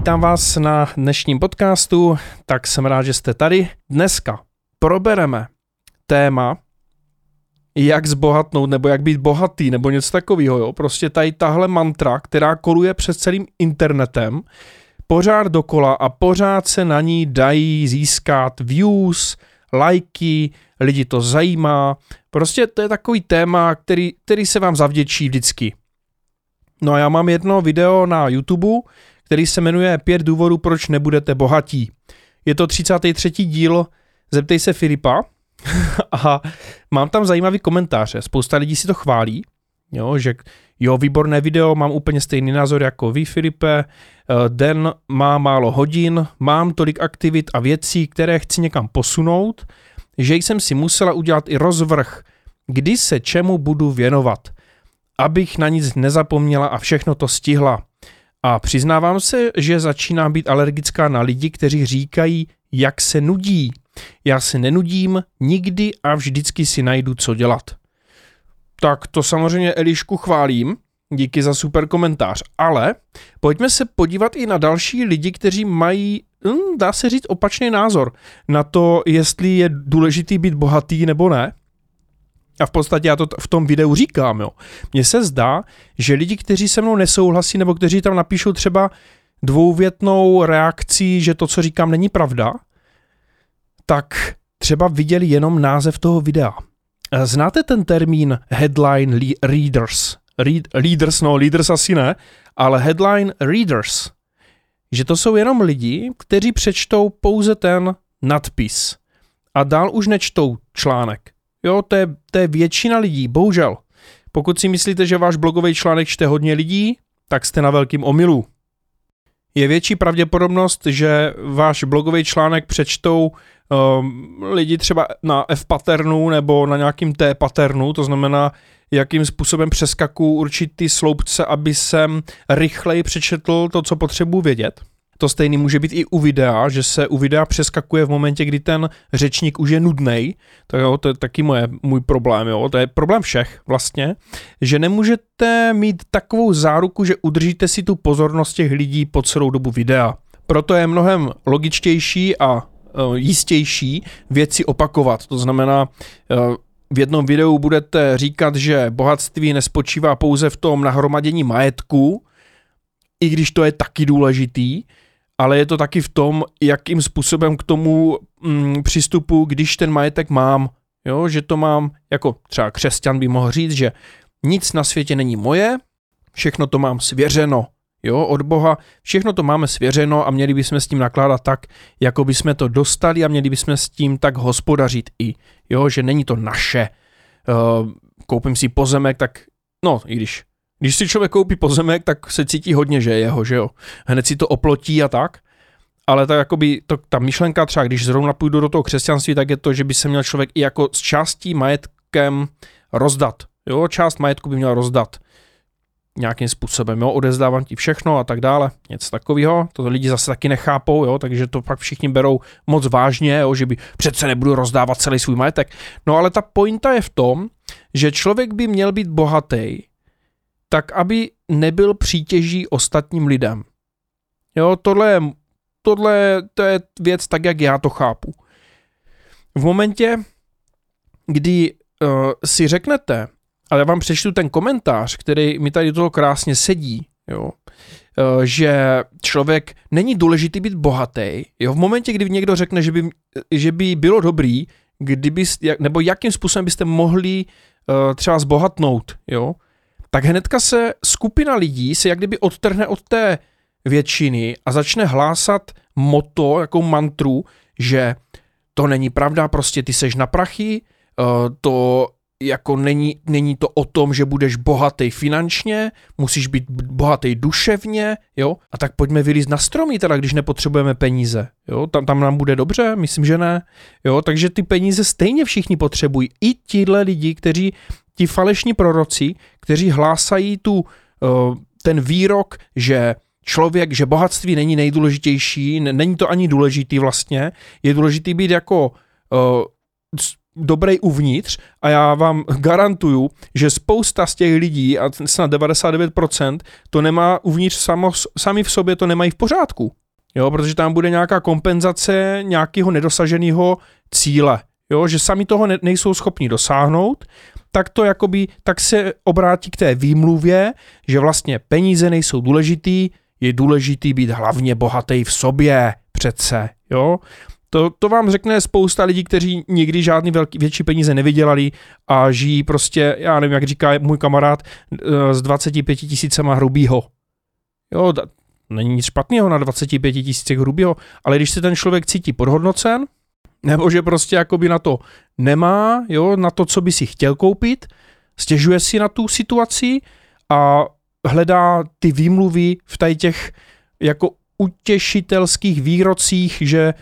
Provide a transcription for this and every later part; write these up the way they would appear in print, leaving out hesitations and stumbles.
Vítám vás na dnešním podcastu, tak jsem rád, že jste tady. Dneska probereme téma, jak zbohatnout, nebo jak být bohatý, nebo něco takového, jo. Prostě tady tahle mantra, která koluje přes celým internetem, pořád dokola a pořád se na ní dají získat views, lajky, lidi to zajímá. Prostě to je takový téma, který se vám zavděčí vždycky. No a já mám jedno video na YouTube, který se jmenuje 5 důvodů, proč nebudete bohatí. Je to 33. díl Zeptej se Filipa a mám tam zajímavý komentáře. Spousta lidí si to chválí, jo, že jo, výborné video, mám úplně stejný názor jako vy, Filipe, den má málo hodin, mám tolik aktivit a věcí, které chci někam posunout, že jsem si musela udělat i rozvrh, kdy se čemu budu věnovat, abych na nic nezapomněla a všechno to stihla. A přiznávám se, že začínám být alergická na lidi, kteří říkají, jak se nudí. Já se nenudím nikdy a vždycky si najdu, co dělat. Tak to samozřejmě Elišku chválím, díky za super komentář, ale pojďme se podívat i na další lidi, kteří mají, dá se říct, opačný názor na to, jestli je důležitý být bohatý nebo ne. A v podstatě já to v tom videu říkám, jo. Mně se zdá, že lidi, kteří se mnou nesouhlasí, nebo kteří tam napíšou třeba dvouvětnou reakcí, že to, co říkám, není pravda, tak třeba viděli jenom název toho videa. Znáte ten termín headline readers? Leaders asi ne, ale headline readers. Že to jsou jenom lidi, kteří přečtou pouze ten nadpis a dál už nečtou článek. Jo, to je většina lidí, bohužel. Pokud si myslíte, že váš blogový článek čte hodně lidí, tak jste na velkým omylu. Je větší pravděpodobnost, že váš blogový článek přečtou lidi třeba na F patternu nebo na nějakým T patternu, to znamená, jakým způsobem přeskakuju určitý sloupce, aby jsem rychleji přečetl to, co potřebuji vědět. To stejný může být i u videa, že se u videa přeskakuje v momentě, kdy ten řečník už je nudnej. To je taky můj problém, jo. To je problém všech vlastně, že nemůžete mít takovou záruku, že udržíte si tu pozornost těch lidí po celou dobu videa. Proto je mnohem logičtější a jistější věci opakovat. To znamená, v jednom videu budete říkat, že bohatství nespočívá pouze v tom nahromadění majetku, i když to je taky důležitý, ale je to taky v tom, jakým způsobem k tomu přistupu, když ten majetek mám, jo, že to mám, jako třeba křesťan by mohl říct, že nic na světě není moje, všechno to mám svěřeno, jo, od Boha, všechno to máme svěřeno a měli bychom s tím nakládat tak, jako bychom to dostali a měli bychom s tím tak hospodařit i, jo, že není to naše, koupím si pozemek, tak, no, i když si člověk koupí pozemek, tak se cítí hodně, že je jeho, že jo. Hned si to oplotí a tak, ale tak jakoby ta myšlenka třeba, když zrovna půjdu do toho křesťanství, tak je to, že by se měl člověk i jako s částí majetkem rozdat, jo, část majetku by měl rozdat nějakým způsobem, jo, odezdávám ti všechno a tak dále, něco takového, to lidi zase taky nechápou, jo, takže to pak všichni berou moc vážně, jo, že by přece nebudu rozdávat celý svůj majetek, no ale ta pointa je v tom, že člověk by měl být bohatý, tak aby nebyl přítěží ostatním lidem. Jo, tohle to je věc tak, jak já to chápu. V momentě, kdy si řeknete, ale já vám přečtu ten komentář, který mi tady do toho krásně sedí, jo, že člověk není důležitý být bohatý, jo, v momentě, kdy někdo řekne, že by bylo dobrý, nebo jakým způsobem byste mohli třeba zbohatnout, jo, tak hnedka se skupina lidí se jak kdyby odtrhne od té většiny a začne hlásat motto, jako mantru, že to není pravda, prostě ty seš na prachy, to jako není to o tom, že budeš bohatý finančně, musíš být bohatý duševně, jo, a tak pojďme vylízt na stromy teda, když nepotřebujeme peníze, jo, tam nám bude dobře, myslím, že ne, jo, takže ty peníze stejně všichni potřebují, i tihle lidi, ti falešní proroci, kteří hlásají ten výrok, že bohatství není nejdůležitější, není to ani důležitý vlastně, je důležitý být jako dobrý uvnitř a já vám garantuju, že spousta z těch lidí, a snad 99%, to nemá uvnitř sami v sobě to nemají v pořádku. Jo, protože tam bude nějaká kompenzace nějakého nedosaženého cíle. Jo, že sami toho nejsou schopni dosáhnout, tak se obrátí k té výmluvě, že vlastně peníze nejsou důležitý, je důležitý být hlavně bohatý v sobě přece, jo. To vám řekne spousta lidí, kteří nikdy žádný větší peníze nevydělali a žijí prostě, já nevím, jak říká můj kamarád, s 25 000 hrubýho. Jo, není nic špatného na 25 000 hrubýho, ale když se ten člověk cítí podhodnocen, nebo že prostě jakoby na to nemá, jo, na to, co by si chtěl koupit, stěžuje si na tu situaci a hledá ty výmluvy v těch jako utěšitelských výrocích, že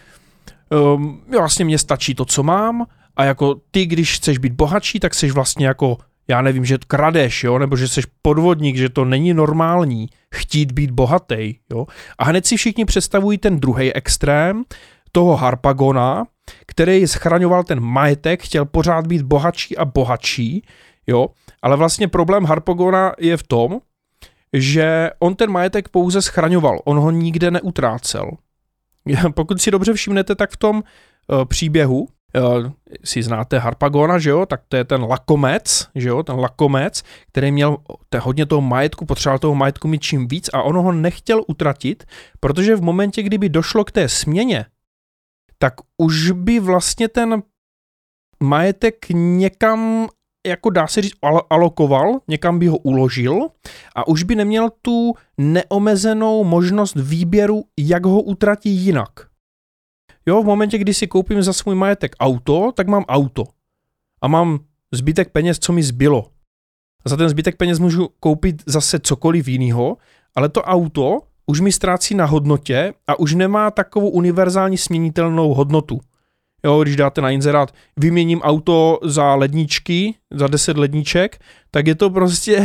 vlastně mě stačí to, co mám a jako ty, když chceš být bohatší, tak seš vlastně jako, já nevím, že kradeš, jo, nebo že seš podvodník, že to není normální chtít být bohatý, jo. A hned si všichni představují ten druhý extrém toho Harpagona, který schraňoval ten majetek, chtěl pořád být bohatší a bohatší, jo, ale vlastně problém Harpagona je v tom, že on ten majetek pouze schraňoval, on ho nikde neutrácel. Pokud si dobře všimnete, tak v tom příběhu, si znáte Harpagona, že jo, tak to je ten lakomec, že jo, ten lakomec, který měl hodně toho majetku, potřeboval toho majetku mít čím víc a on ho nechtěl utratit, protože v momentě, kdyby došlo k té směně, tak už by vlastně ten majetek někam, jako dá se říct, alokoval, někam by ho uložil a už by neměl tu neomezenou možnost výběru, jak ho utratí jinak. Jo, v momentě, kdy si koupím za svůj majetek auto, tak mám auto a mám zbytek peněz, co mi zbylo. A za ten zbytek peněz můžu koupit zase cokoliv jiného, ale to auto už mi ztrácí na hodnotě a už nemá takovou univerzální směnitelnou hodnotu. Jo, když dáte na inzerát, vyměním auto za ledničky, za 10 ledniček, tak je to prostě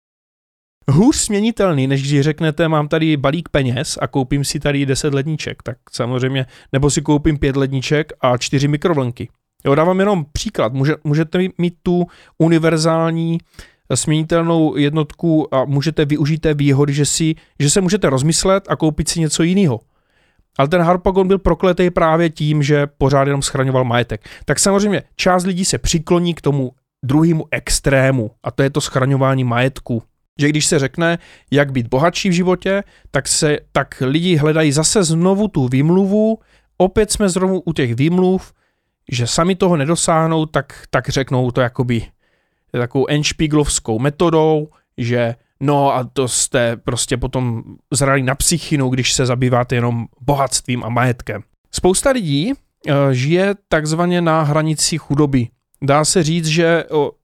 hůř směnitelný, než když řeknete, mám tady balík peněz a koupím si tady 10 ledniček, tak samozřejmě, nebo si koupím 5 ledniček a 4 mikrovlnky. Jo, dávám jenom příklad, můžete mít tu univerzální směnitelnou jednotku a můžete využít té výhody, že se můžete rozmyslet a koupit si něco jiného. Ale ten Harpagon byl prokletý právě tím, že pořád jenom schraňoval majetek. Tak samozřejmě část lidí se přikloní k tomu druhému extrému a to je to schraňování majetku. Že když se řekne, jak být bohatší v životě, tak lidi hledají zase znovu tu výmluvu, opět jsme znovu u těch výmluv, že sami toho nedosáhnou, tak řeknou to jakoby takovou Endspiegelovskou metodou, že no a to jste prostě potom zrali na psychinu, když se zabýváte jenom bohatstvím a majetkem. Spousta lidí žije takzvaně na hranici chudoby. Dá se říct, že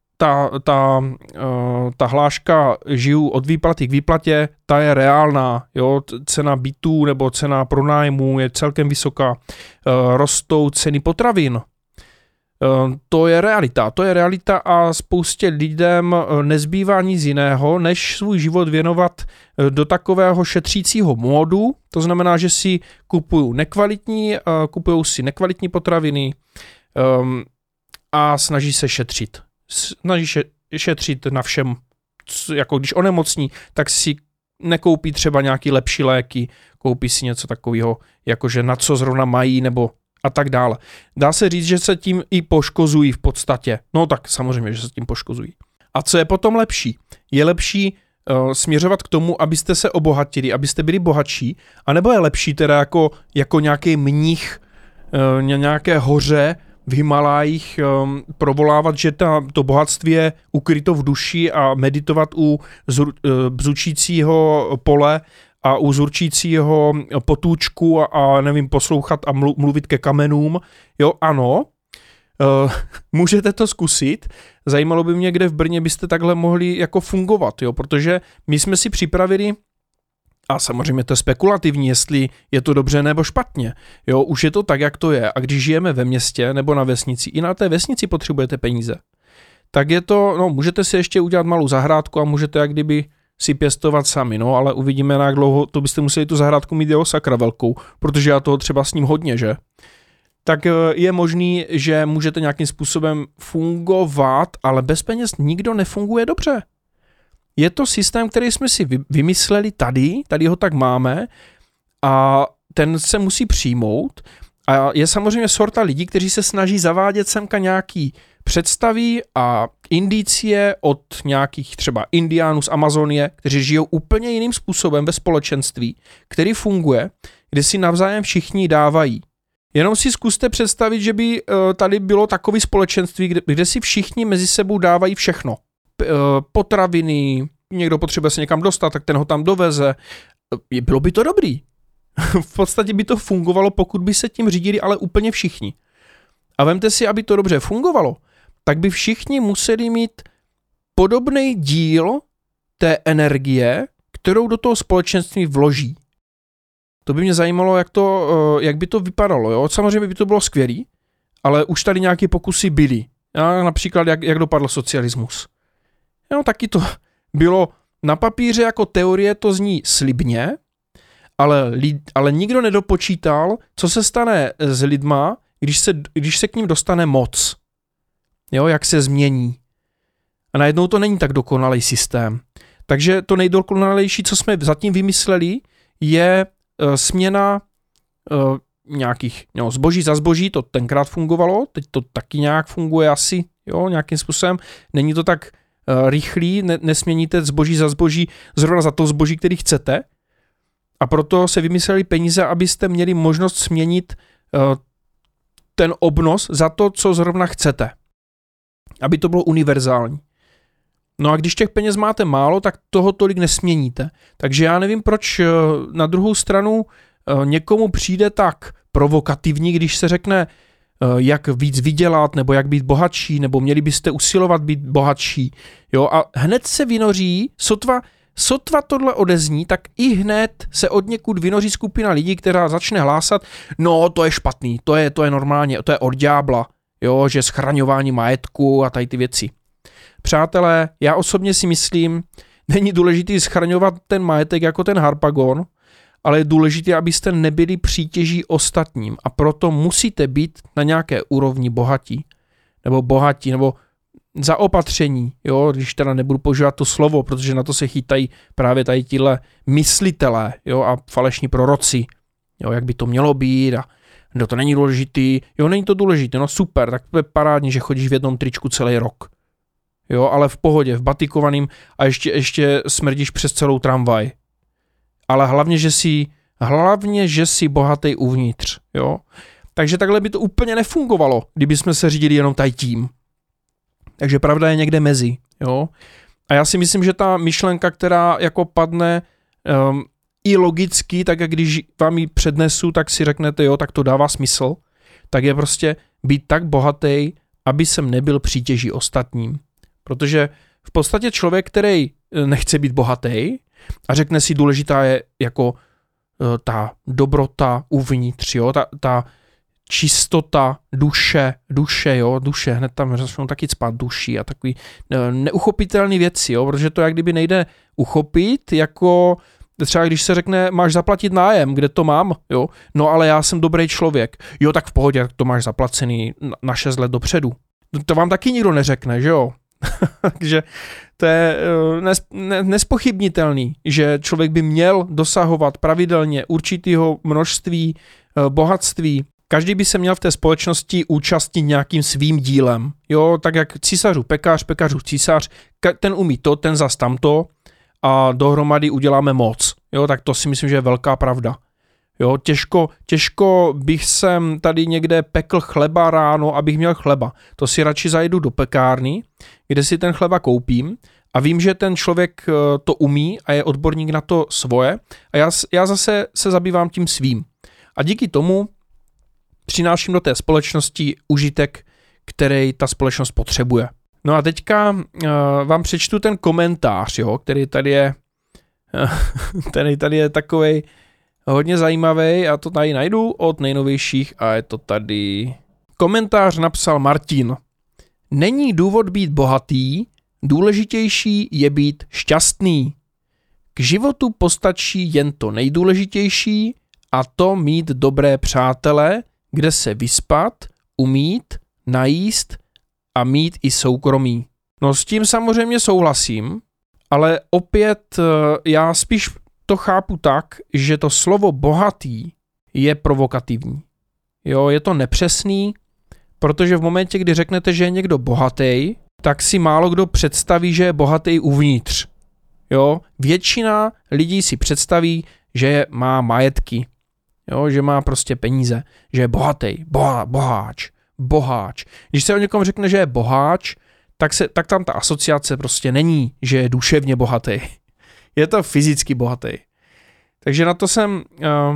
ta hláška žiju od výplaty k výplatě, ta je reálná. Jo? Cena bytů nebo cena pronájmu je celkem vysoká. Rostou ceny potravin. To je realita a spoustě lidem nezbývá nic jiného, než svůj život věnovat do takového šetřícího módu, to znamená, že si kupují si nekvalitní potraviny a snaží se šetřit. Šetřit na všem, jako když onemocní, tak si nekoupí třeba nějaký lepší léky, koupí si něco takového, jakože na co zrovna mají nebo a tak dále. Dá se říct, že se tím i poškozují v podstatě. No tak samozřejmě, že se tím poškozují. A co je potom lepší? Je lepší směřovat k tomu, abyste se obohatili, abyste byli bohatší, anebo je lepší teda jako nějaký mnich nějaké hoře v Himalájích provolávat, že to bohatství je ukryto v duši a meditovat u bzučícího pole a u zurčícího potůčku a nevím, poslouchat a mluvit ke kamenům. Jo, ano, můžete to zkusit. Zajímalo by mě, kde v Brně byste takhle mohli jako fungovat, jo, protože my jsme si připravili, a samozřejmě to je spekulativní, jestli je to dobře nebo špatně. Jo, už je to tak, jak to je. A když žijeme ve městě nebo na vesnici, i na té vesnici potřebujete peníze. Tak je to, no, můžete si ještě udělat malou zahrádku a můžete jak kdyby si pěstovat sami, no, ale uvidíme, jak dlouho, to byste museli tu zahrádku mít sakra velkou, protože já toho třeba s ním hodně, že? tak je možný, že můžete nějakým způsobem fungovat, ale bez peněz nikdo nefunguje dobře. Je to systém, který jsme si vymysleli tady ho tak máme a ten se musí přijmout a je samozřejmě sorta lidí, kteří se snaží zavádět semka nějaký představí a indicie od nějakých třeba Indiánů z Amazonie, kteří žijou úplně jiným způsobem ve společenství, který funguje, kde si navzájem všichni dávají. Jenom si zkuste představit, že by tady bylo takové společenství, kde si všichni mezi sebou dávají všechno. Potraviny, někdo potřebuje se někam dostat, tak ten ho tam doveze. Bylo by to dobrý. V podstatě by to fungovalo, pokud by se tím řídili, ale úplně všichni. A vemte si, aby to dobře fungovalo, tak by všichni museli mít podobný díl té energie, kterou do toho společenství vloží. To by mě zajímalo, jak by to vypadalo. Jo? Samozřejmě by to bylo skvělý, ale už tady nějaké pokusy byly. Například, jak dopadl socialismus. Jo, taky to bylo na papíře jako teorie, to zní slibně, ale nikdo nedopočítal, co se stane s lidma, když se k ním dostane moc. Jo, jak se změní. A najednou to není tak dokonalý systém. Takže to nejdokonalejší, co jsme zatím vymysleli, je směna nějakých zboží za zboží, to tenkrát fungovalo, teď to taky nějak funguje asi, jo, nějakým způsobem. Není to tak rychlý, nesměníte zboží za zboží zrovna za to zboží, který chcete. A proto se vymysleli peníze, abyste měli možnost směnit ten obnos za to, co zrovna chcete. Aby to bylo univerzální. No a když těch peněz máte málo, tak toho tolik nesměníte. Takže já nevím, proč na druhou stranu někomu přijde tak provokativní, když se řekne, jak víc vydělat, nebo jak být bohatší, nebo měli byste usilovat být bohatší. Jo, a hned se vynoří, sotva tohle odezní, tak i hned se od někud vynoří skupina lidí, která začne hlásat, no to je špatný, to je normálně, to je od ďábla, jo, že schraňování majetku a tady ty věci. Přátelé, já osobně si myslím, není důležité schraňovat ten majetek jako ten Harpagon, ale je důležité, abyste nebyli přítěží ostatním a proto musíte být na nějaké úrovni bohatí, nebo zaopatření, jo, když teda nebudu používat to slovo, protože na to se chytají právě tady tihle myslitelé, jo, a falešní proroci, jo, jak by to mělo být a no to není důležitý, jo, není to důležité, no super, tak to je parádní, že chodíš v jednom tričku celý rok, jo, ale v pohodě, v batikovaným a ještě smrdíš přes celou tramvaj, ale hlavně, že jsi bohatý uvnitř, jo, takže takhle by to úplně nefungovalo, kdyby jsme se řídili jenom tady tím. Takže pravda je někde mezi, jo. A já si myslím, že ta myšlenka, která jako padne i logicky, tak jak když vám ji přednesu, tak si řeknete, jo, tak to dává smysl, tak je prostě být tak bohatý, aby jsem nebyl přítěží ostatním. Protože v podstatě člověk, který nechce být bohatý a řekne si, důležitá je jako ta dobrota uvnitř, jo, ta čistota duše, hned tam začnou taky cpát duši a takový neuchopitelný věci, jo, protože to jak kdyby nejde uchopit, jako třeba když se řekne, máš zaplatit nájem, kde to mám, jo, no ale já jsem dobrý člověk, jo, tak v pohodě, to máš zaplacený na 6 let dopředu. To vám taky nikdo neřekne, že jo. Takže to je nespochybnitelný, že člověk by měl dosahovat pravidelně určitého množství bohatství. Každý by se měl v té společnosti účastnit nějakým svým dílem. Jo, tak jak císařů pekař, pekařů císař, ten umí to, ten zas tamto a dohromady uděláme moc. Jo, tak to si myslím, že je velká pravda. Jo, těžko bych sem tady někde pekl chleba ráno, abych měl chleba. To si radši zajdu do pekárny, kde si ten chleba koupím a vím, že ten člověk to umí a je odborník na to svoje a já zase se zabývám tím svým. A díky tomu přináším do té společnosti užitek, který ta společnost potřebuje. No a teďka vám přečtu ten komentář, jo, který tady je takovej hodně zajímavý, já to tady najdu od nejnovějších a je to tady. Komentář napsal Martin. Není důvod být bohatý, důležitější je být šťastný. K životu postačí jen to nejdůležitější a to mít dobré přátele, kde se vyspat, umýt, najíst a mít i soukromí. No s tím samozřejmě souhlasím, ale opět já spíš to chápu tak, že to slovo bohatý je provokativní. Jo, je to nepřesný, protože v momentě, kdy řeknete, že je někdo bohatý, tak si málo kdo představí, že je bohatý uvnitř. Jo, většina lidí si představí, že má majetky, jo, že má prostě peníze, že je bohatý, boháč. Když se o někom řekne, že je boháč, tak tam ta asociace prostě není, že je duševně bohatý. Je to fyzicky bohatý. Takže na to jsem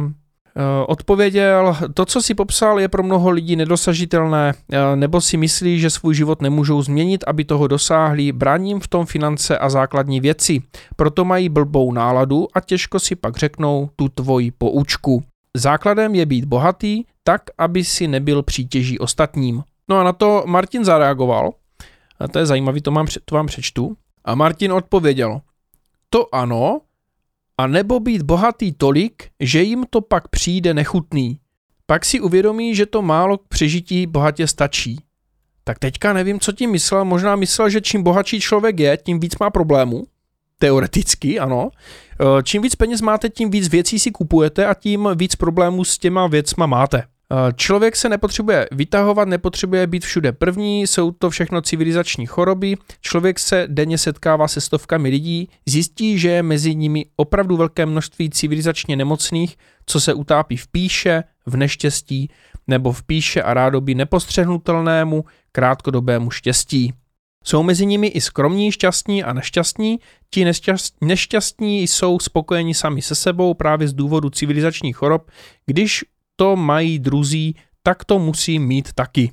odpověděl. To, co si popsal, je pro mnoho lidí nedosažitelné, nebo si myslí, že svůj život nemůžou změnit, aby toho dosáhli. Brání jim v tom finance a základní věci. Proto mají blbou náladu a těžko si pak řeknou tu tvoji poučku. Základem je být bohatý, tak, aby si nebyl přítěží ostatním. No a na to Martin zareagoval. A to je zajímavý, to vám přečtu. A Martin odpověděl: to ano, a nebo být bohatý tolik, že jim to pak přijde nechutný. Pak si uvědomí, že to málo k přežití bohatě stačí. Tak teďka nevím, co tím myslel. Možná myslel, že čím bohatší člověk je, tím víc má problémů. Teoreticky, ano. Čím víc peněz máte, tím víc věcí si kupujete a tím víc problémů s těma věcma máte. Člověk se nepotřebuje vytahovat, nepotřebuje být všude první, jsou to všechno civilizační choroby. Člověk se denně setkává se stovkami lidí, zjistí, že je mezi nimi opravdu velké množství civilizačně nemocných, co se utápí v pýše, v neštěstí nebo v pýše a rádoby nepostřehnutelnému krátkodobému štěstí. Jsou mezi nimi i skromní, šťastní a nešťastní. Ti nešťastní jsou spokojeni sami se sebou právě z důvodu civilizačních chorob. Když to mají druzí, tak to musí mít taky.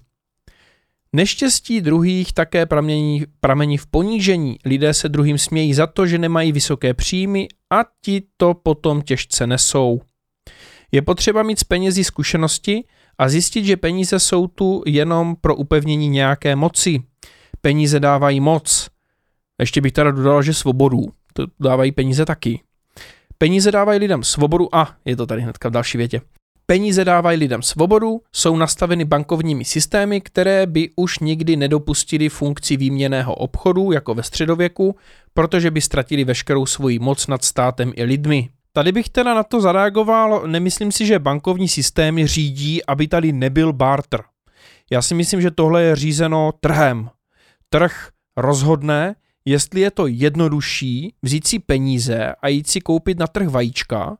Neštěstí druhých také pramení v ponížení. Lidé se druhým smějí za to, že nemají vysoké příjmy a ti to potom těžce nesou. Je potřeba mít z penězí zkušenosti a zjistit, že peníze jsou tu jenom pro upevnění nějaké moci. Peníze dávají moc. Ještě bych teda dodal, že svobodu. To dávají peníze taky. Peníze dávají lidem svobodu a je to tady hnedka v další větě. Peníze dávají lidem svobodu, jsou nastaveny bankovními systémy, které by už nikdy nedopustily funkci výměnného obchodu jako ve středověku, protože by ztratili veškerou svoji moc nad státem i lidmi. Tady bych teda na to zareagoval, nemyslím si, že bankovní systémy řídí, aby tady nebyl barter. Já si myslím, že tohle je řízeno trhem. Trh rozhodne, jestli je to jednodušší vzít si peníze a jít si koupit na trh vajíčka,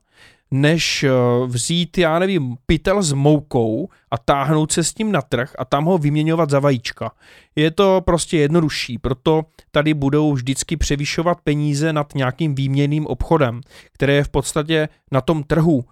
než vzít, já nevím, pytel s moukou a táhnout se s tím na trh a tam ho vyměňovat za vajíčka. Je to prostě jednodušší, proto tady budou vždycky převyšovat peníze nad nějakým výměnným obchodem, které je v podstatě na tom trhu.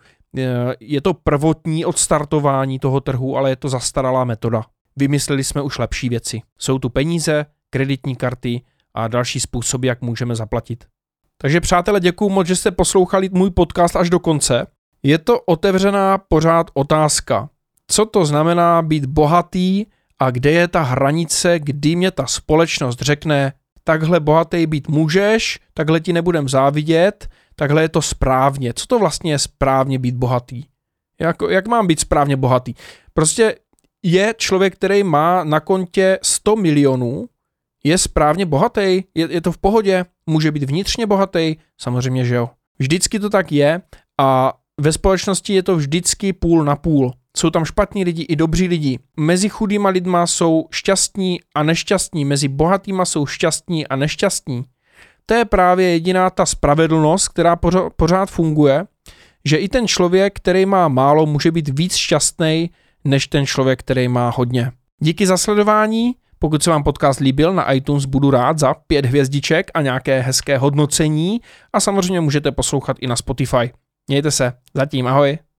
Je to prvotní odstartování toho trhu, ale je to zastaralá metoda. Vymysleli jsme už lepší věci. Jsou tu peníze, kreditní karty a další způsoby, jak můžeme zaplatit. Takže přátelé, děkuju moc, že jste poslouchali můj podcast až do konce. Je to otevřená pořád otázka. Co to znamená být bohatý a kde je ta hranice, kdy mě ta společnost řekne, takhle bohatý být můžeš, takhle ti nebudem závidět, takhle je to správně. Co to vlastně je správně být bohatý? Jak mám být správně bohatý? Prostě je člověk, který má na kontě 100 milionů, je správně bohatý? Je to v pohodě? Může být vnitřně bohatý? Samozřejmě, že jo. Vždycky to tak je a ve společnosti je to vždycky půl na půl. Jsou tam špatní lidi i dobří lidi. Mezi chudýma lidma jsou šťastní a nešťastní, mezi bohatýma jsou šťastní a nešťastní. To je právě jediná ta spravedlnost, která pořád funguje, že i ten člověk, který má málo, může být víc šťastný, než ten člověk, který má hodně. Díky za sledování. Pokud se vám podcast líbil, na iTunes budu rád za 5 hvězdiček a nějaké hezké hodnocení a samozřejmě můžete poslouchat i na Spotify. Mějte se, zatím ahoj.